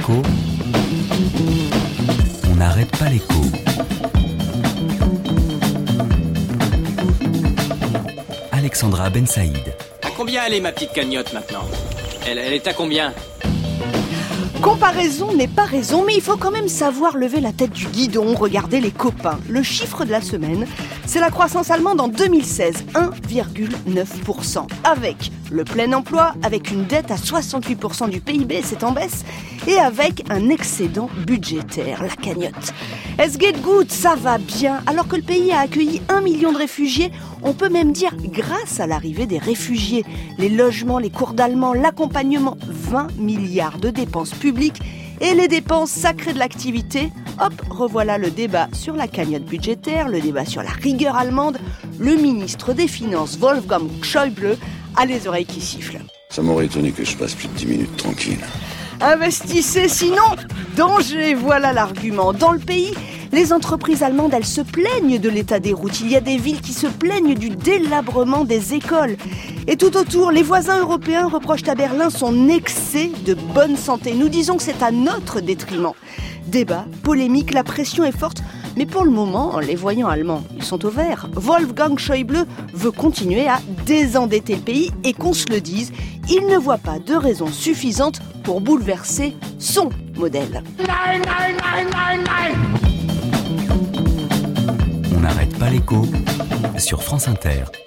l'écho, on n'arrête pas l'écho. Alexandra Ben Saïd. À combien elle est ma petite cagnotte maintenant ? Elle est à combien ? Comparaison n'est pas raison, mais il faut quand même savoir lever la tête du guidon, regarder les copains. Le chiffre de la semaine, c'est la croissance allemande en 2016, 1,9%. Avec le plein emploi, avec une dette à 68% du PIB, c'est en baisse, et avec un excédent budgétaire, la cagnotte. Es geht gut, ça va bien. Alors que le pays a accueilli 1 million de réfugiés, on peut même dire grâce à l'arrivée des réfugiés. Les logements, les cours d'allemand, l'accompagnement, 20 milliards de dépenses publiques et les dépenses sacrées de l'activité. Hop, revoilà le débat sur la cagnotte budgétaire, le débat sur la rigueur allemande. Le ministre des Finances, Wolfgang Schäuble, a les oreilles qui sifflent. Ça m'aurait étonné que je passe plus de 10 minutes tranquille. Investissez, sinon, danger, voilà l'argument. Dans le pays, les entreprises allemandes, elles se plaignent de l'état des routes. Il y a des villes qui se plaignent du délabrement des écoles. Et tout autour, les voisins européens reprochent à Berlin son excès de bonne santé. Nous disons que c'est à notre détriment. Débat, polémique, la pression est forte. Mais pour le moment, les voyants allemands, ils sont au vert. Wolfgang Schäuble veut continuer à désendetter le pays et qu'on se le dise, il ne voit pas de raison suffisante pour bouleverser son modèle. Nein, nein, nein, nein, nein! On n'arrête pas l'écho sur France Inter.